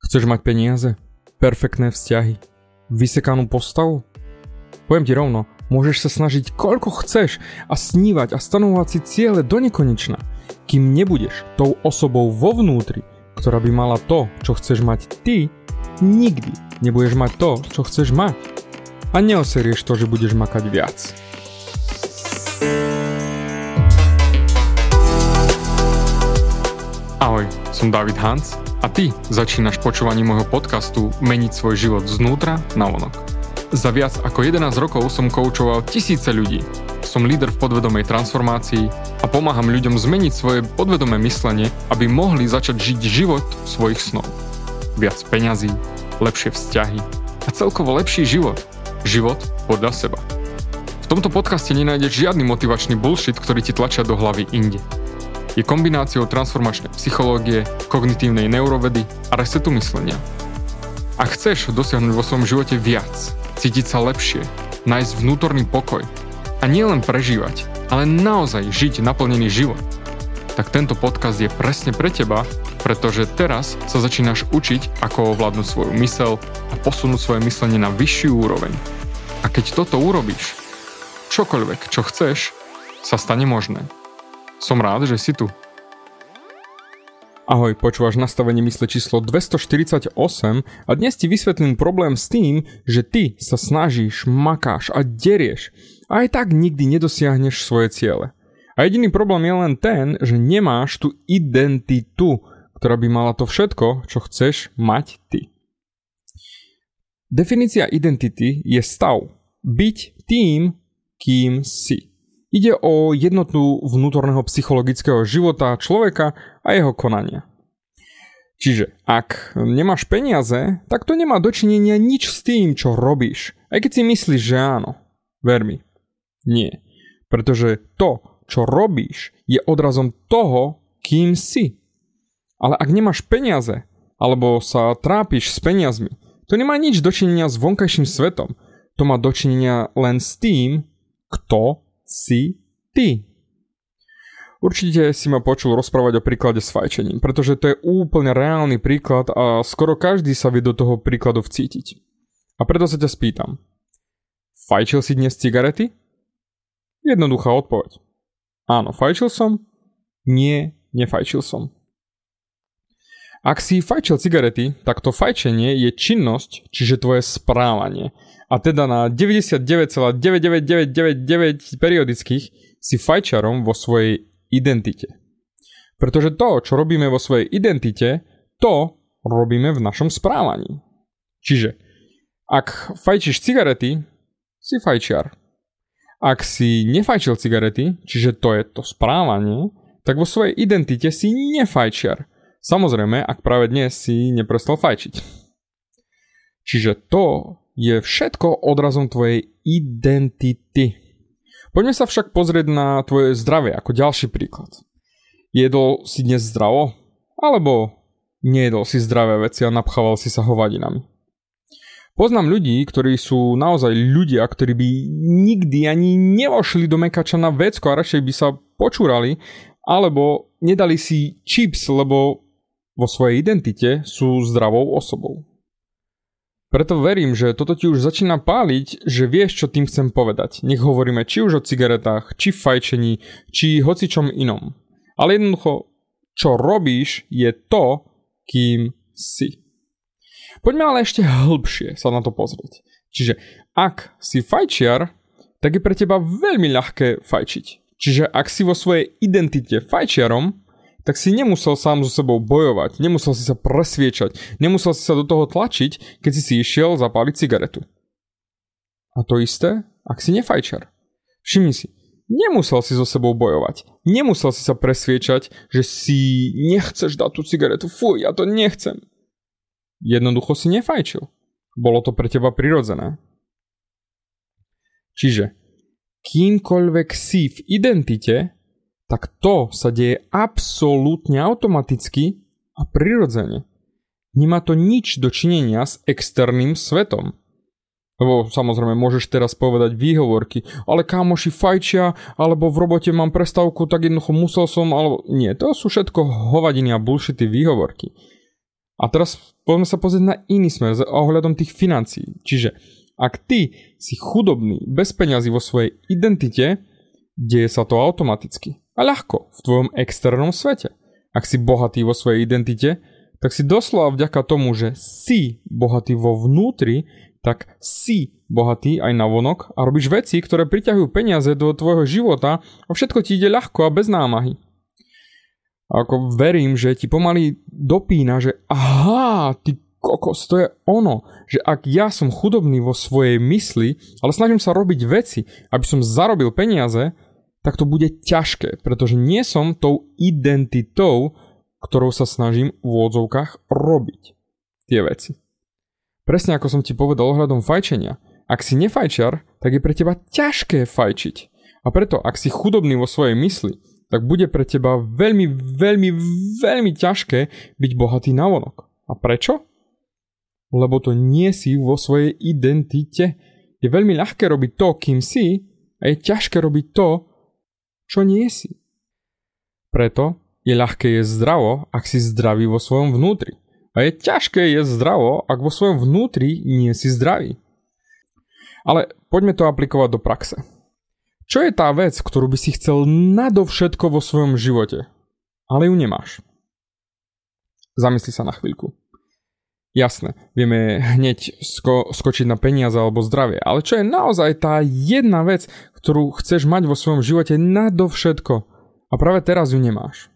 Chceš mať peniaze? Perfektné vzťahy? Vysekanú postavu? Poviem ti rovno, môžeš sa snažiť koľko chceš a snívať a stanovovať si ciele do nekonečna, kým nebudeš tou osobou vo vnútri, ktorá by mala to, čo chceš mať ty, nikdy nebudeš mať to, čo chceš mať. A neoserieš to, že budeš makať viac. Ahoj, som David Hans a ty začínaš počúvanie môjho podcastu Meniť svoj život znútra na vonok. Za viac ako 11 rokov som koučoval tisíce ľudí. Som líder v podvedomej transformácii a pomáham ľuďom zmeniť svoje podvedomé myslenie, aby mohli začať žiť život svojich snov. Viac peňazí, lepšie vzťahy a celkovo lepší život. Život podľa seba. V tomto podcaste nenájdeš žiadny motivačný bullshit, ktorý ti tlačia do hlavy inde. Je kombináciou transformačnej psychológie, kognitívnej neurovedy a resetu myslenia. Ak chceš dosiahnuť vo svojom živote viac, cítiť sa lepšie, nájsť vnútorný pokoj a nielen prežívať, ale naozaj žiť naplnený život, tak tento podcast je presne pre teba, pretože teraz sa začínaš učiť, ako ovládnuť svoju myseľ a posunúť svoje myslenie na vyššiu úroveň. A keď toto urobíš, čokoľvek, čo chceš, sa stane možné. Som rád, že si tu. Ahoj, počúvaš nastavenie mysle číslo 248 a dnes ti vysvetlím problém s tým, že ty sa snažíš, makáš a derieš a aj tak nikdy nedosiahneš svoje ciele. A jediný problém je len ten, že nemáš tú identitu, ktorá by mala to všetko, čo chceš mať ty. Definícia identity je stav. Byť tým, kým si. Ide o jednotu vnútorného psychologického života človeka a jeho konania. Čiže ak nemáš peniaze, tak to nemá dočinenia nič s tým, čo robíš. Aj keď si myslíš, že áno. Ver mi. Nie. Pretože to, čo robíš, je odrazom toho, kým si. Ale ak nemáš peniaze, alebo sa trápiš s peniazmi, to nemá nič dočinenia s vonkajším svetom. To má dočinenia len s tým, kto si ty. Určite si ma počul rozprávať o príklade s fajčením, pretože to je úplne reálny príklad a skoro každý sa vie do toho príkladu vcítiť. A preto sa ťa spýtam. Fajčil si dnes cigarety? Jednoduchá odpoveď. Áno, fajčil som? Nie, nefajčil som. Ak si fajčil cigarety, tak to fajčenie je činnosť, čiže tvoje správanie. A teda na 99,99999 periodických si fajčarom vo svojej identite. Pretože to, čo robíme vo svojej identite, to robíme v našom správaní. Čiže, ak fajčíš cigarety, si fajčiar. Ak si nefajčil cigarety, čiže to je to správanie, tak vo svojej identite si nefajčiar. Samozrejme, ak práve dnes si neprestal fajčiť. Čiže to je všetko odrazom tvojej identity. Poďme sa však pozrieť na tvoje zdravie ako ďalší príklad. Jedol si dnes zdravo? Alebo nejedol si zdravé veci a napchával si sa hovadinami? Poznám ľudí, ktorí sú naozaj ľudia, ktorí by nikdy ani nevošli do mekača na vecko a radšej by sa počúrali, alebo nedali si chips, lebo vo svojej identite sú zdravou osobou. Preto verím, že toto ti už začína páliť, že vieš, čo tým chcem povedať. Nech hovoríme či už o cigaretách, či fajčení, či hocičom inom. Ale jednoducho, čo robíš, je to, kým si. Poďme ale ešte hĺbšie sa na to pozrieť. Čiže ak si fajčiar, tak je pre teba veľmi ľahké fajčiť. Čiže ak si vo svojej identite fajčiarom, tak si nemusel sám so sebou bojovať, nemusel si sa presviečať, nemusel si sa do toho tlačiť, keď si išiel zapáliť cigaretu. A to isté, ak si nefajčar. Všimni si, nemusel si so sebou bojovať, nemusel si sa presviečať, že si nechceš dať tú cigaretu, fuj, ja to nechcem. Jednoducho si nefajčil. Bolo to pre teba prirodzené. Čiže, kýmkoľvek si v identite, tak to sa deje absolútne automaticky a prirodzene. Nemá to nič dočinenia s externým svetom. Lebo samozrejme môžeš teraz povedať výhovorky, ale kámoši fajčia, alebo v robote mám prestávku, tak jednoducho musel som, alebo nie, to sú všetko hovadiny a bullshity výhovorky. A teraz poďme sa pozrieť na iný smer s ohľadom tých financií. Čiže ak ty si chudobný, bez peňazí vo svojej identite, deje sa to automaticky a ľahko v tvojom externom svete. Ak si bohatý vo svojej identite, tak si doslova vďaka tomu, že si bohatý vo vnútri, tak si bohatý aj navonok a robíš veci, ktoré priťahujú peniaze do tvojho života a všetko ti ide ľahko a bez námahy. A ako verím, že ti pomaly dopína, že aha, ty kokos, to je ono, že ak ja som chudobný vo svojej mysli, ale snažím sa robiť veci, aby som zarobil peniaze, tak to bude ťažké, pretože nie som tou identitou, ktorou sa snažím v úvodzovkách robiť tie veci. Presne ako som ti povedal ohľadom fajčenia. Ak si nefajčiar, tak je pre teba ťažké fajčiť. A preto, ak si chudobný vo svojej mysli, tak bude pre teba veľmi, veľmi, veľmi ťažké byť bohatý navonok. A prečo? Lebo to nie si vo svojej identite. Je veľmi ľahké robiť to, kým si, a je ťažké robiť to, čo nie si. Preto je ľahké jesť zdravo, ak si zdravý vo svojom vnútri. A je ťažké jesť zdravo, ak vo svojom vnútri nie si zdravý. Ale poďme to aplikovať do praxe. Čo je tá vec, ktorú by si chcel nadovšetko vo svojom živote, ale ju nemáš? Zamysli sa na chvíľku. Jasné, vieme hneď skočiť na peniaze alebo zdravie, ale čo je naozaj tá jedna vec, ktorú chceš mať vo svojom živote nadovšetko a práve teraz ju nemáš?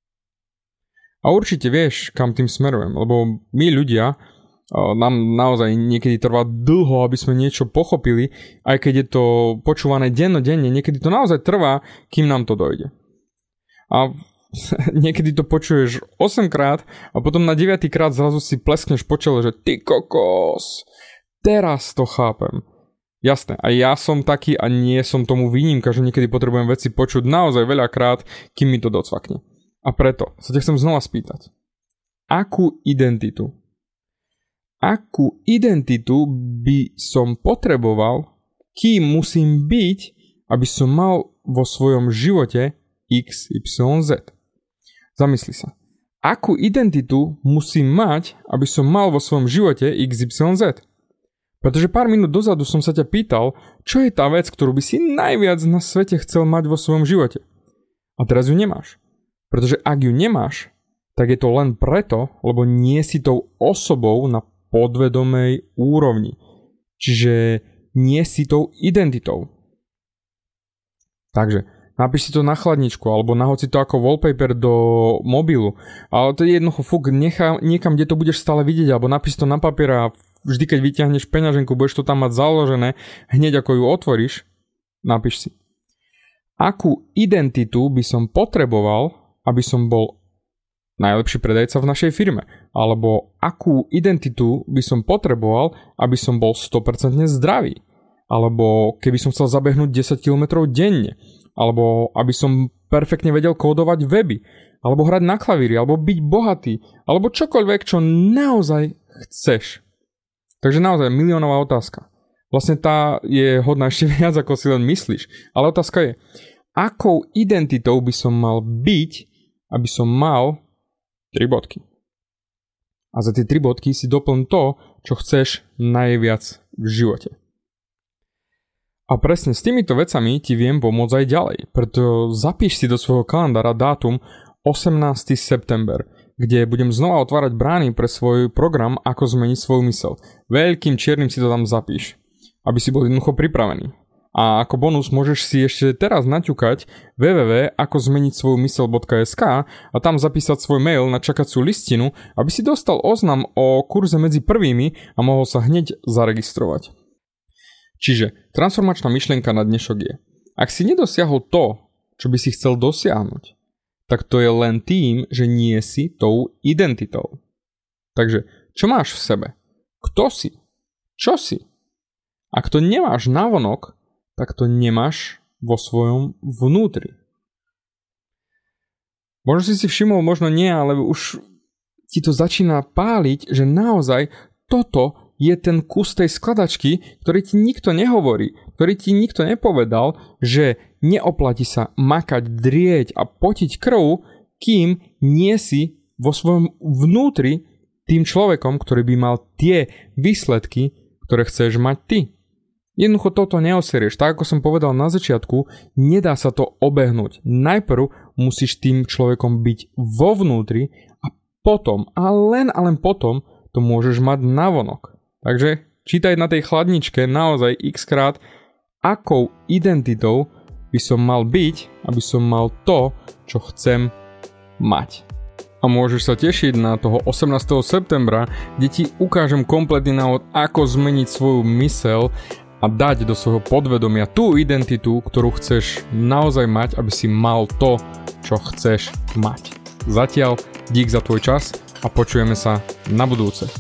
A určite vieš, kam tým smerujem, lebo my ľudia, nám naozaj niekedy trvá dlho, aby sme niečo pochopili, aj keď je to počúvané dennodenne, niekedy to naozaj trvá, kým nám to dojde. A niekedy to počuješ 8 krát a potom na 9 krát zrazu si pleskneš po čele, že ty kokos, teraz to chápem. Jasné, a ja som taký a nie som tomu výnimka, že niekedy potrebujem veci počuť naozaj veľakrát, kým mi to docvakne. A preto sa ťa chcem znova spýtať. Akú identitu by som potreboval, kým musím byť, aby som mal vo svojom živote XYZ? Zamysli sa. Akú identitu musím mať, aby som mal vo svojom živote XYZ? Pretože pár minút dozadu som sa ťa pýtal, čo je tá vec, ktorú by si najviac na svete chcel mať vo svojom živote. A teraz ju nemáš. Pretože ak ju nemáš, tak je to len preto, lebo nie si tou osobou na podvedomej úrovni. Čiže nie si tou identitou. Takže napíš si to na chladničku alebo nahoď si to ako wallpaper do mobilu. Ale to je jednoducho niekam, kde to budeš stále vidieť, alebo napíš to na papier a vždy, keď vyťahneš peňaženku, budeš to tam mať založené, hneď ako ju otvoríš, napíš si. Akú identitu by som potreboval, aby som bol najlepší predajca v našej firme? Alebo akú identitu by som potreboval, aby som bol 100% zdravý? Alebo keby som chcel zabehnúť 10 km denne? Alebo aby som perfektne vedel kódovať weby? Alebo hrať na klavíri? Alebo byť bohatý? Alebo čokoľvek, čo naozaj chceš? Takže naozaj miliónová otázka. Vlastne tá je hodná ešte viac, ako si len myslíš. Ale otázka je, akou identitou by som mal byť, aby som mal 3 bodky. A za tie 3 bodky si doplň to, čo chceš najviac v živote. A presne s týmito vecami ti viem pomôcť aj ďalej. Preto zapíš si do svojho kalendára dátum 18. september, kde budem znova otvárať brány pre svoj program Ako zmeniť svoju mysel. Veľkým čiernym si to tam zapíš, aby si bol jednoducho pripravený. A ako bonus môžeš si ešte teraz naťukať www.akozmeniťsvojumysel.sk a tam zapísať svoj mail na čakaciu listinu, aby si dostal oznam o kurze medzi prvými a mohol sa hneď zaregistrovať. Čiže transformačná myšlienka na dnešok je: ak si nedosiahol to, čo by si chcel dosiahnuť, tak to je len tým, že nie si tou identitou. Takže čo máš v sebe? Kto si? Čo si? Ak to nemáš navonok, tak to nemáš vo svojom vnútri. Možno si všimol, možno nie, ale už ti to začína páliť, že naozaj toto je ten kus tej skladačky, ktorý ti nikto nehovorí, ktorý ti nikto nepovedal, že neoplatí sa makať, drieť a potiť krv, kým nie si vo svojom vnútri tým človekom, ktorý by mal tie výsledky, ktoré chceš mať ty. Jednoducho toto neoserieš. Tak ako som povedal na začiatku, nedá sa to obehnúť. Najprv musíš tým človekom byť vo vnútri a potom, a len potom, to môžeš mať navonok. Takže čítaj na tej chladničke naozaj x-krát, akou identitou by som mal byť, aby som mal to, čo chcem mať. A môžeš sa tešiť na toho 18. septembra, kde ti ukážem kompletný návod, ako zmeniť svoju myseľ a dať do svojho podvedomia tú identitu, ktorú chceš naozaj mať, aby si mal to, čo chceš mať. Zatiaľ dík za tvoj čas a počujeme sa na budúce.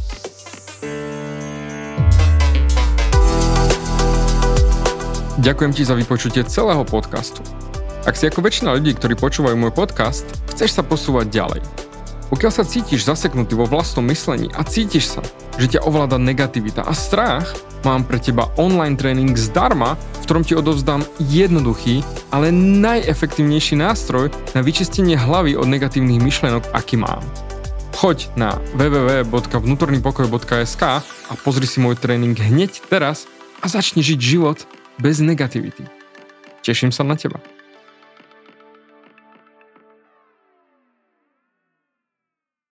Ďakujem ti za vypočutie celého podcastu. Ak si ako väčšina ľudí, ktorí počúvajú môj podcast, chceš sa posúvať ďalej. Pokiaľ sa cítiš zaseknutý vo vlastnom myslení a cítiš sa, že ťa ovláda negativita a strach, mám pre teba online tréning zdarma, v ktorom ti odovzdám jednoduchý, ale najefektívnejší nástroj na vyčistenie hlavy od negatívnych myšlienok, aký mám. Choď na www.vnutornypokoj.sk a pozri si môj tréning hneď teraz a začni žiť život bez negativity. Teším sa na teba.